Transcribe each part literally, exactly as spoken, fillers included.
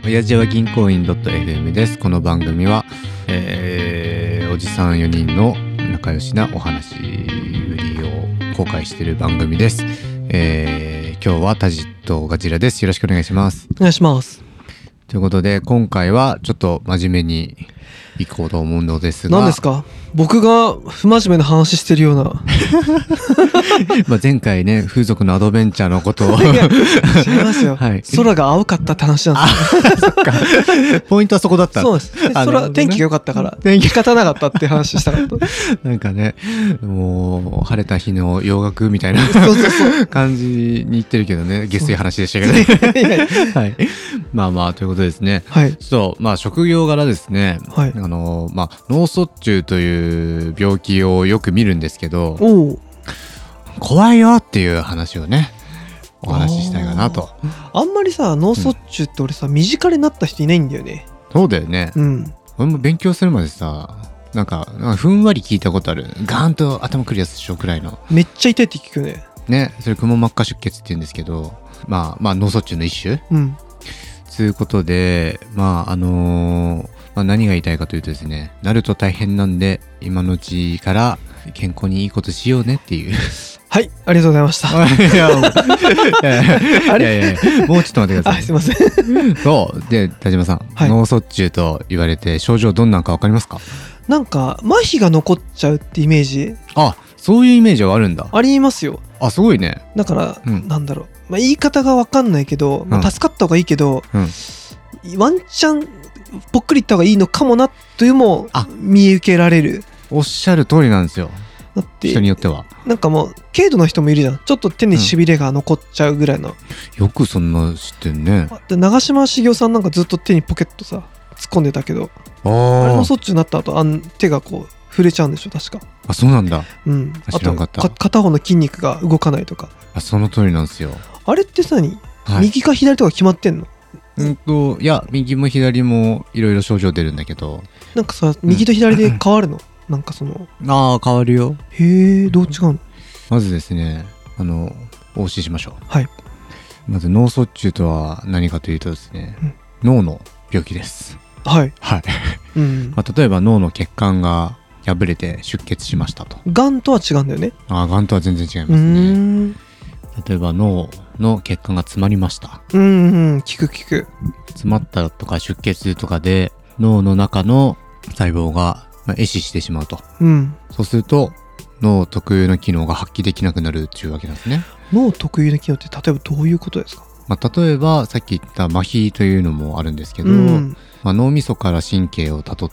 親父は銀行員 .fm です。この番組は、えー、おじさんよにんの仲良しなお話ぶりを公開している番組です。えー、今日はタジとガジラです。よろしくお願いします。 お願いします。 ということで今回はちょっと真面目にいこうと思うのですが、 何ですか？僕が不真面目な話してるようなまあ前回ね、風俗のアドベンチャーのことをいや違いますよ、 はい、 空が青かったって話なんですよ。 そっかポイントはそこだった。 そうです。で空、ね、天気が良かったから天気仕方なかったって話したかったなんかね、もう晴れた日の洋楽みたいなそうそうそう感じに言ってるけどね、下水話でしたけどねはい、まあまあということですね。 はい。 ちょっとまあ職業柄ですね、 はい、 あのまあ脳卒中という病気をよく見るんですけど、 お怖いよっていう話をねお話ししたいかなと。 あ, あんまりさ脳卒中って俺さ、うん、身近になった人いないんだよね。 そうだよね、 うん、 俺も勉強するまでさ、なんかふんわり聞いたことある、ガーンと頭くるやつでしょくらいの。 めっちゃ痛いって聞くよね。 ね、それくも膜下出血って言うんですけど、まあまあ脳卒中の一種、 うん、 ということで、まああのーまあ、何が言いたいかというとですね、なると大変なんで今のうちから健康にいいことしようねっていうはい、ありがとうございました。 いやいやいやいや、もうちょっと待ってください。 あ、すいませんそうで、田島さん、はい、脳卒中と言われて症状どんなんか分かりますか？ なんか麻痺が残っちゃうってイメージ。 あ、そういうイメージはあるんだ。 ありますよ。 あ、すごいね。 だから、 うん、 なんだろう、まあ、言い方が分かんないけど、まあ、助かった方がいいけど、うん、ワンチャンぽっくりいった方がいいのかもなというも見受けられる。 おっしゃる通りなんですよ。だって人によってはなんかもう軽度の人もいるじゃん。ちょっと手にしびれが残っちゃうぐらいの、うん、 よくそんな知ってんね。 で長嶋茂雄さんなんかずっと手にポケットさ突っ込んでたけど、ああれもそっちになった後あん手がこう触れちゃうんでしょ確か。あ、 そうなんだ。 うん。 あ知らんかった。 あとか片方の筋肉が動かないとか。 あ、その通りなんですよ。 あれって何、はい、右か左とか決まってんの？ うんといや右も左もいろいろ症状出るんだけど、 なんかさ右と左で変わるの、うん、なんかそのああ変わるよ。 へえ、どう違うの？ まずですね、あのお教えしましょう。 はい。 まず脳卒中とは何かというとですね、うん、脳の病気です。 はいはい、 うんまあ、例えば脳の血管が破れて出血しましたと。 がんとは違うんだよね。 ああがんとは全然違いますね。例えば脳の血管が詰まりました。 うんうん、聞く聞く。 詰まったとか出血とかで脳の中の細胞が壊死してしまうと、 うん、 そうすると脳特有の機能が発揮できなくなるっていうわけなんですね。 脳特有の機能って例えばどういうことですか？ まあ、例えばさっき言った麻痺というのもあるんですけど、 うんまあ、脳みそから神経をたどって、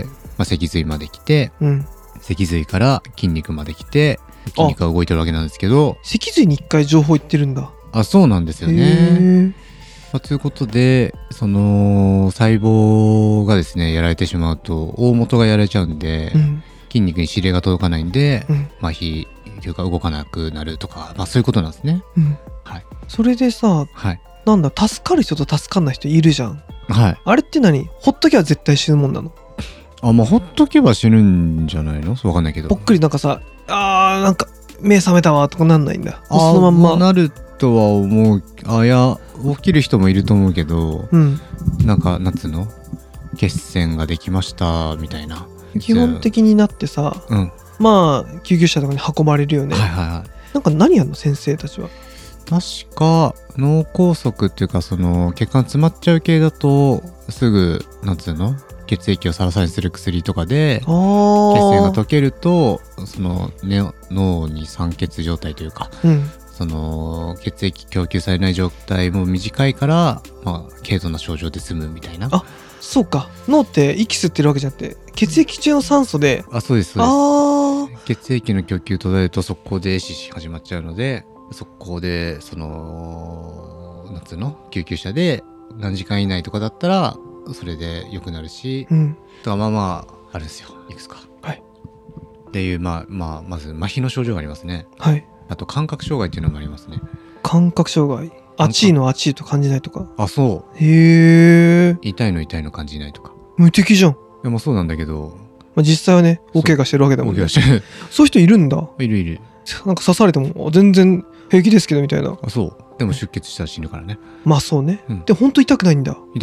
まあ、脊髄まで来て、うん、脊髄から筋肉まで来て筋肉が動いてるわけなんですけど、 脊髄に一回情報いってるんだ。 あ、そうなんですよね。まあ、ということでその細胞がですねやられてしまうと大元がやられちゃうんで、うん、筋肉に指令が届かないんで、うん、麻痺というか動かなくなるとか、まあ、そういうことなんですね。うん、はい。 それでさ、はい、なんだ助かる人と助かんない人いるじゃん。 はい。 あれって何？ほっとけば絶対死ぬもんなの？ あ、まあほっとけば死ぬんじゃないの？わかんないけど。 ぽっくりなんかさ、あーなんか目覚めたわとかなんないんだ。そのまんま。 なるとは思う。あ、いや起きる人もいると思うけど、うん、なんかなんつうの血栓ができましたみたいな。 基本的になってさ、うん、まあ救急車とかに運ばれるよね。 はいはいはい。 なんか何やんの先生たちは？ 確か脳梗塞っていうかその血管詰まっちゃう系だとすぐなんつうの血液をサラサラにする薬とかで血栓が溶けるとその、ね、脳に酸欠状態というか、うん、その血液供給されない状態も短いから、まあ、軽度な症状で済むみたいな。 あ、そうか。脳って息吸ってるわけじゃなくて血液中の酸素で。 あ、そうですそうです。血液の供給途絶えると速攻で壊死始まっちゃうので、速攻でそのなんつうの救急車で何時間以内とかだったらそれで良くなるし、うん、とかまあまああるんですよ、いくつか。はい。っていうまあまあまず麻痺の症状がありますね。はい。あと感覚障害っていうのもありますね。 感覚障害。熱いの熱いと感じないとか。 あ、そう。 へえ。 痛いの痛いの感じないとか。 無敵じゃん。いやもうそうなんだけど、 まあ、実際はね大怪我してるわけだもんね。 大怪我してる。 そういう人いるんだ。 いるいる。 なんか刺されても全然平気ですけどみたいな。 あ、そう。でも出血したら死ぬからね。 まあそうね、うん、で本当痛くないんだ。 痛くない。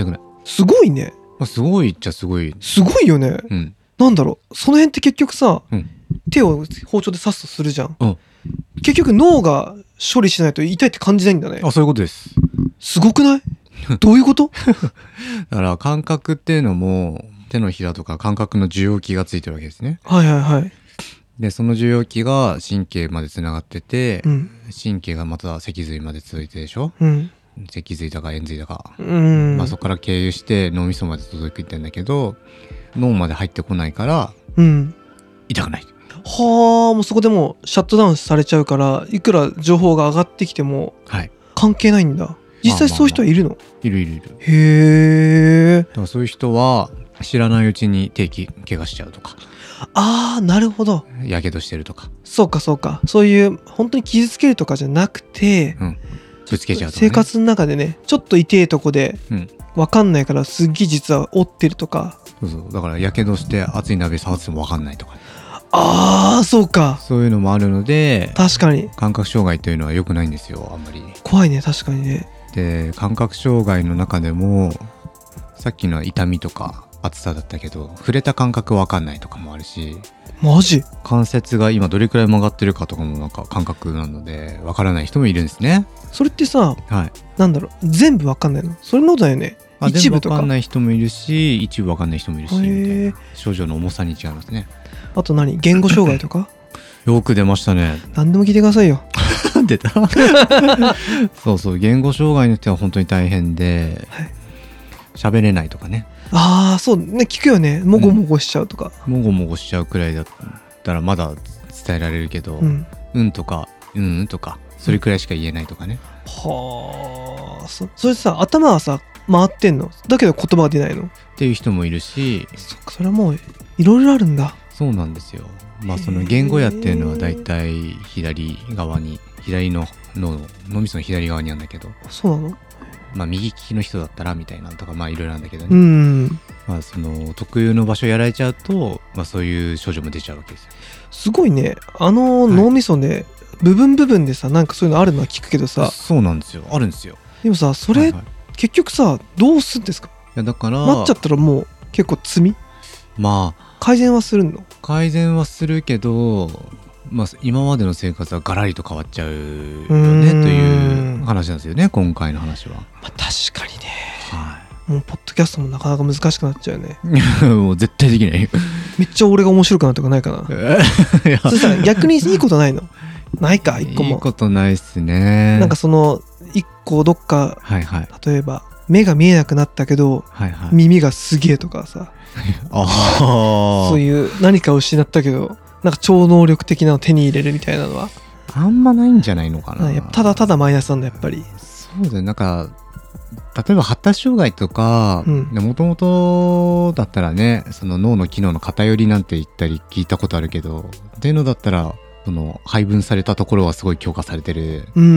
すごいね。 まあ、すごいっちゃすごい。 すごいよね。 うん。 なんだろう、その辺って結局さ、 うん、 手を包丁で刺すとするじゃん、 うん、 結局脳が処理しないと痛いって感じないんだね。 あ、そういうことです。 すごくない？どういうこと？ だから感覚っていうのも手のひらとか感覚の受容器がついてるわけですね。 はいはいはい。でその受容器が神経までつながってて、 うん、 神経がまた脊髄まで続いてでしょ、うん、脊髄だか円髄だか、うん、まあ、そこから経由して脳みそまで届いてんだけど脳まで入ってこないから、うん、痛くない。 はあ、もうそこでもうシャットダウンされちゃうからいくら情報が上がってきても関係ないんだ、はい、実際そういう人はいるの？まあまあまあ、いるいるいる。へえ。だからそういう人は知らないうちに定期怪我しちゃうとか。 あー、なるほど。 やけどしてるとか。 そうかそうか。そういう本当に傷つけるとかじゃなくて、うん、 ぶつけちゃうとか、ね、 生活の中でねちょっと痛いとこで分かんないからすっげえ実は折ってるとか、 そうそう、だからやけどして熱い鍋触っても分かんないとか、ね、 ああそうか、 そういうのもあるので、 確かに感覚障害というのは良くないんですよ、あんまり。 怖いね、確かにね。 で感覚障害の中でもさっきの痛みとか熱さだったけど触れた感覚分かんないとかもあるし。 マジ？ 関節が今どれくらい曲がってるかとかもなんか感覚なので分からない人もいるんですね。 それってさ、 はい、 なんだろう、全部分かんないの？それのだよね。一部とか分かんない人もいるし一部分かんない人もいるし、みたいな症状の重さに違いますね。 あと何、言語障害とかよく出ましたね。 何でも聞いてくださいよ。 出たそうそう、言語障害の人は本当に大変で喋、はい、れないとかね。ああそうね、聞くよね、もごもごしちゃうとか、 うん、もごもごしちゃうくらいだったらまだ伝えられるけど、うん、うんとかうんうんとかそれくらいしか言えないとかね、 うん、はあ、そ, それさ頭はさ回ってんのだけど言葉が出ないのっていう人もいるし、 そっか、それはもういろいろあるんだ。 そうなんですよ。まあその言語野っていうのはだいたい左側に左の脳脳みその左側にあるんだけど。 そうなの？ まあ右利きの人だったらみたいなとかまあいろいろなんだけどね。 うん、 まあその特有の場所やられちゃうと、まあそういう症状も出ちゃうわけですよ。 すごいね、あの脳みそで、はい、部分部分でさなんかそういうのあるのは聞くけどさ。 そうなんですよ、あるんですよ。 でもさそれ、はいはい、結局さどうするんですか？ いやだからなっちゃったらもう結構罪？ まあ改善はするの？ 改善はするけど、まあ、今までの生活はガラリと変わっちゃうよねという話なんですよね、今回の話は。まあ、確かにね、はい、もうポッドキャストもなかなか難しくなっちゃうよね。 もう絶対できないめっちゃ俺が面白くなるとかないかなそしたら逆にいいことないの？ないか、一個も。 いいことないっすね。 なんかその一個どっか、はいはい、例えば目が見えなくなったけど、はいはい、耳がすげえとかさあそういう何かを失ったけどなんか超能力的なのを手に入れるみたいなのはあんまないんじゃないのかな。 やっぱただただマイナスなんだやっぱり。 そうだね、なんか例えば発達障害とかもともとだったらね、その脳の機能の偏りなんて言ったり聞いたことあるけどっていうのだったらその配分されたところはすごい強化されてる、うん、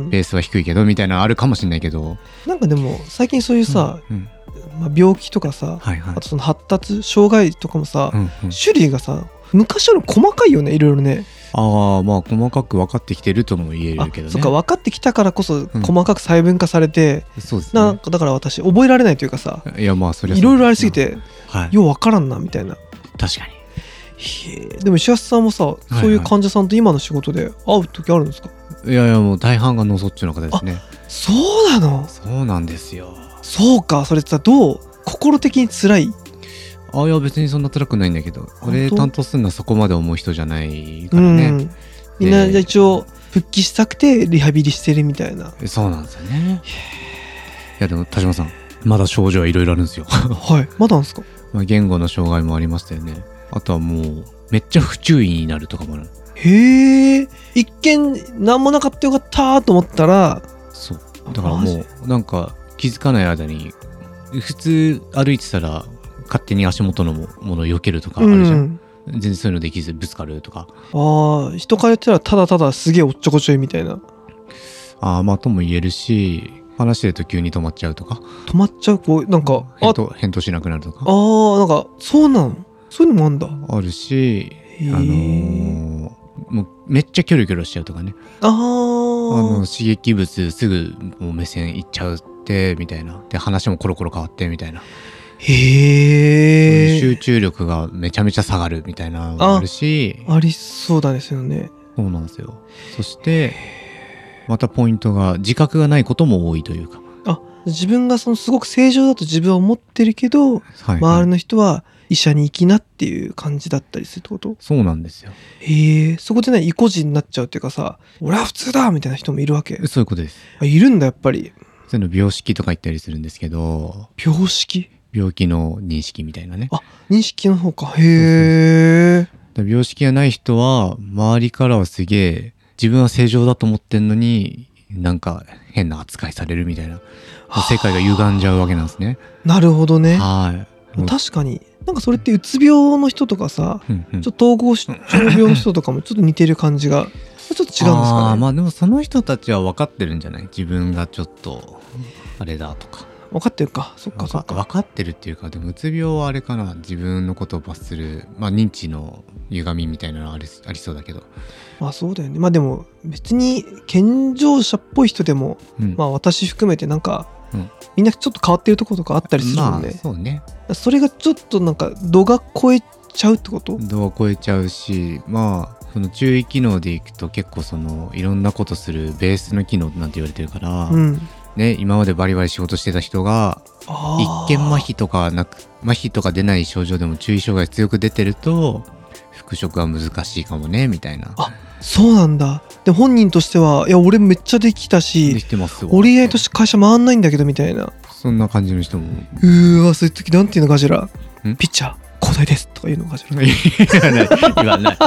ベースは低いけどみたいなのあるかもしれないけど、 なんかでも最近そういうさ、うんうんまあ、病気とかさ、はいはい、あとその発達障害とかもさ、うんうん、種類がさ昔より細かいよね、いろいろね。 ああまあ細かく分かってきてるとも言えるけどね。 そっか、分かってきたからこそ細かく細分化されて、うん、そうですね、なんかだから私覚えられないというかさ、 いやまあそれいろいろありすぎて、はい、よう分からんなみたいな。 確かに。 へでも石橋さんもさ、はいはい、そういう患者さんと今の仕事で会う時あるんですか？ いやいやもう大半が脳卒中の方ですね。 そうなの？ そうなんですよ。 そうか、それさどう心的に辛い？ あいや別にそんな辛くないんだけど、俺担当するのはそこまで思う人じゃないからね、うん、 みんなじゃ一応復帰したくてリハビリしてるみたいな。 そうなんですよね。いやでも田島さんまだ症状はいろいろあるんですよはいまだなんですか？ まあ言語の障害もありましたよね。あとはもうめっちゃ不注意になるとかもある。 へえ、一見何もなかったよかったと思ったら、 そうだからもうなんか気づかない間に普通歩いてたら勝手に足元のものを避けるとかあるじゃん、うん、全然そういうのできずぶつかるとか。 ああ人から言ったらただただすげえおっちょこちょいみたいな。 ああまあとも言えるし、話してると急に止まっちゃうとか。 止まっちゃう、こうなんか返答返答しなくなるとか。 ああなんかそうなの、そういうのもあるんだ。 あるし、あのー、もうめっちゃキョロキョロしちゃうとかね。ああの刺激物すぐもう目線いっちゃうってみたいなで話もコロコロ変わってみたいな。 へえ。 集中力がめちゃめちゃ下がるみたいなのがあるし。 ありそうだですよね。 そうなんですよ。そしてまたポイントが自覚がないことも多いというか。 あ、自分がそのすごく正常だと自分は思ってるけど、はいはい、周りの人は医者に行きなっていう感じだったりするってこと？ そうなんですよ。 へえ。そこでね、意固地になっちゃうっていうかさ、俺は普通だみたいな人もいるわけ？ そういうことです。 あ、いるんだやっぱり。 そういうの病識とか言ったりするんですけど。 病識？ 病気の認識みたいなね。 あ、認識の方か。へえ。 病識がない人は周りからはすげえ自分は正常だと思ってんのになんか変な扱いされるみたいな、世界が歪んじゃうわけなんですね。 なるほどね。 はい。 確かになんかそれってうつ病の人とかさ、うんうん、ちょっと統合失調病の人とかもちょっと似てる感じがちょっと違うんですかね。 あ、まあでもその人たちは分かってるんじゃない？自分がちょっとあれだとか。 分かってるか。そっかそっか。 分かってるっていうか、でもうつ病はあれかな、自分のことを罰する、まあ認知の歪みみたいなのあり、ありそうだけど。 まあそうだよね。まあでも別に健常者っぽい人でも、うん、まあ私含めてなんか、うん、みんなちょっと変わってるところとかあったりするもんね。 まあそうね。 それがちょっとなんか度が超えちゃうってこと？ 度が超えちゃうし、まあその注意機能でいくと結構そのいろんなことするベースの機能なんて言われてるから。うんね、今までバリバリ仕事してた人が一見麻痺とかなく麻痺とか出ない症状でも注意障害強く出てると復職は難しいかもねみたいな。 あ、そうなんだ。で本人としてはいや俺めっちゃできたしできてますわ、 折り合いとして会社回んないんだけどみたいな、 そんな感じの人も。 うーわ、そういう時なんていうのかしら、ピッチャー交代ですとか言うのかしら。 言わない言わない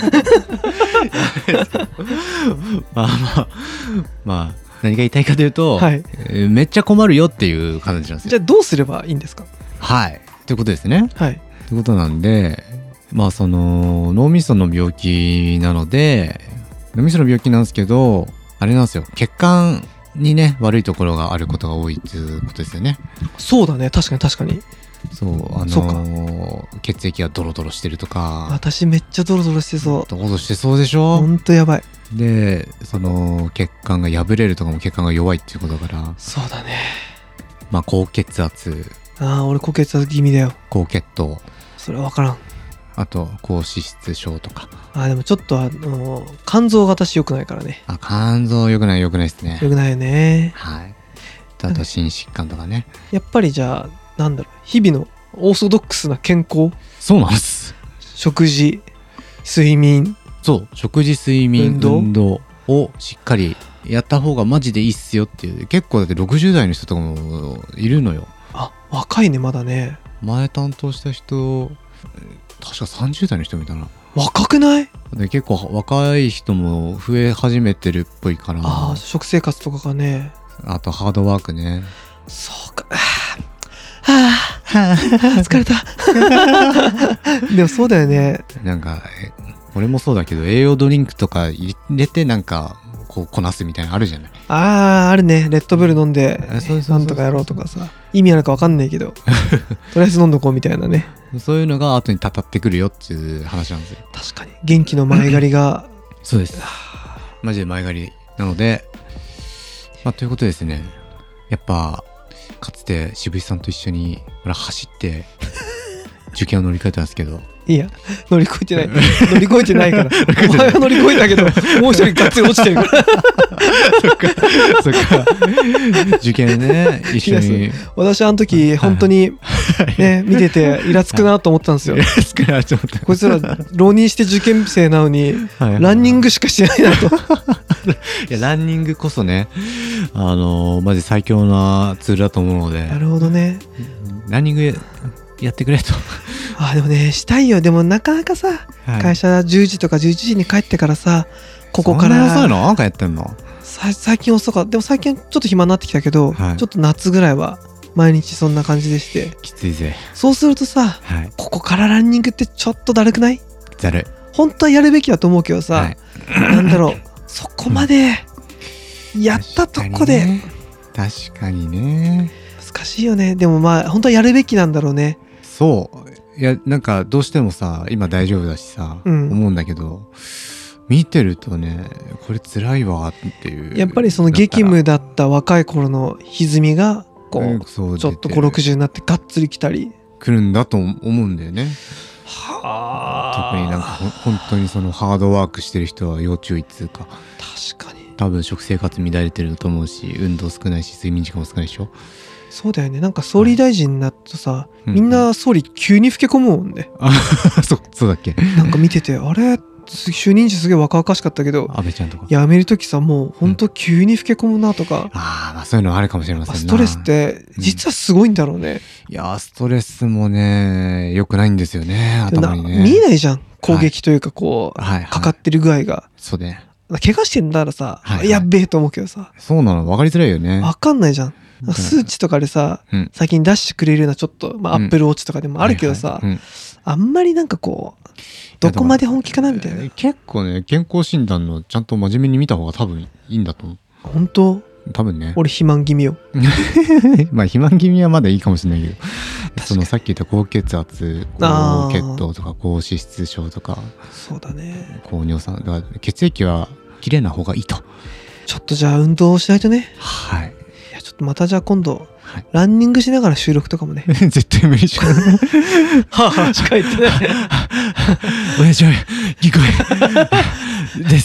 まあまあまあ何が言いたいかというと、はい、えー、めっちゃ困るよっていう感じなんですよ。 じゃあどうすればいいんですか？ はいということですね。 はいということなんで、まあその脳みその病気なので、脳みその病気なんですけどあれなんですよ、血管にね悪いところがあることが多いっていうことですよね。 そうだね、確かに確かに。 そうあのー、血液がドロドロしてるとか。 私めっちゃドロドロしてそう。 ドロドロしてそうでしょ。 ほんとやばい。 でその血管が破れるとかも血管が弱いっていうことだから。 そうだね。 まあ高血圧。 ああ、俺高血圧気味だよ。 高血糖。 それは分からん。 あと高脂質症とか。 あ、でもちょっとあの肝臓が私良くないからね。 あ、肝臓良くない良くないですね。 良くないよね。 はい。あと心疾患とかね。 やっぱりじゃあなんだろう、日々のオーソドックスな健康。 そうなんです。 食事、睡眠。 そう食事睡眠運動、運動をしっかりやった方がマジでいいっすよっていう。結構だってろくじゅう代の人とかもいるのよ。 あ、若いねまだね。 前担当した人確かさんじゅう代の人もいたな。 若くない？ で結構若い人も増え始めてるっぽいから。 ああ、食生活とかがね。 あとハードワークね。 そうか。はあ、疲れたでもそうだよね。 なんか俺もそうだけど栄養ドリンクとか入れてなんかこうこなすみたいなのあるじゃない。 ああ、あるね。レッドブル飲んでなんとかやろうとかさ、意味あるか分かんないけどとりあえず飲んどこうみたいなね。 そういうのが後にたたってくるよっていう話なんですよ。 確かに元気の前借りがそうです。マジで前借りなので、まあ、ということですね。やっぱかつて渋井さんと一緒に俺走って受験を乗り越えたんですけど、 いや乗り越えてない乗り越えてないからお前は乗り越えたけどもう一人ガッツリ落ちてるからそっかそっか受験ね一緒に。 私あの時本当にね見ててイラつくなと思ったんですよ。 イラつくなと思った。 こいつら浪人して受験生なのにランニングしかしてないなと。 いやランニングこそね、あのー、マジ最強なツールだと思うので。 なるほどね。 ランニングやってくれと。 あ、でもねしたいよ。でもなかなかさ、はい、会社じゅうじとかじゅういちじに帰ってからさ、ここからそんな遅いの？なんかやってんの？ さ最近遅かった。でも最近ちょっと暇になってきたけど、はい、ちょっと夏ぐらいは毎日そんな感じでして。 きついぜ。 そうするとさ、はい、ここからランニングってちょっとだるくない？ だるい。 本当はやるべきだと思うけどさ、はい、なんだろうそこまでやったとこで、 確かにね難しいよね。でもまあ本当はやるべきなんだろうね。 そういやなんかどうしてもさ今大丈夫だしさ、うん、思うんだけど見てるとねこれ辛いわっていう。 やっぱりその激務だった若い頃の歪みがこう、うん、そうちょっとごじゅうろくじゅうになってがっつりきたり来るんだと思うんだよね。はあ。特になんかほ本当にそのハードワークしてる人は要注意っつうか。 確かに。 多分食生活乱れてると思うし、運動少ないし睡眠時間も少ないでしょ。 そうだよね。なんか総理大臣になるとさ、はい、みんな総理急に老け込むもんね。 あそそうだっけ。 なんか見ててあれ就任時すげえ若々しかったけど、 安倍ちゃんとか辞める時さもうほんと急に老け込むなとか、うん、 あまあそういうのあるかもしれませんな。 ストレスって実はすごいんだろうね。 うん、いやストレスもね良くないんですよね頭にね。 見えないじゃん攻撃というかこう、はい、かかってる具合が。 そうね。 怪我してんだらさ、はいはい、やっべえと思うけどさ。 そうなの分かりづらいよね。 分かんないじゃん。数値とかでさ、うん、先に出してくれるようなちょっと、まあ、アップルウォッチとかでもあるけどさ、はいはいうん、あんまりなんかこうどこまで本気かなみたいな。 結構ね健康診断のちゃんと真面目に見た方が多分いいんだと思う。 本当？ 多分ね。 俺肥満気味よ。 まあ肥満気味はまだいいかもしれないけどそのさっき言った高血圧高血糖とか高脂質症とかそうだね高尿酸だから血液はきれいな方がいいと。 ちょっとじゃあ運動しないとね。 はい。 いやちょっとまたじゃあ今度、はい、ランニングしながら収録とかもね。 絶対無理じゃん。 ははしか言ってない。 おやじはぎこいです。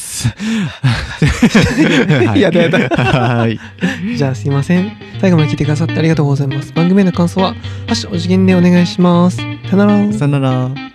やだやだ。はい。じゃあすいません。最後まで聞いてくださってありがとうございます。番組への感想はハッシュお辞儀でお願いします。さよなら。 さよなら。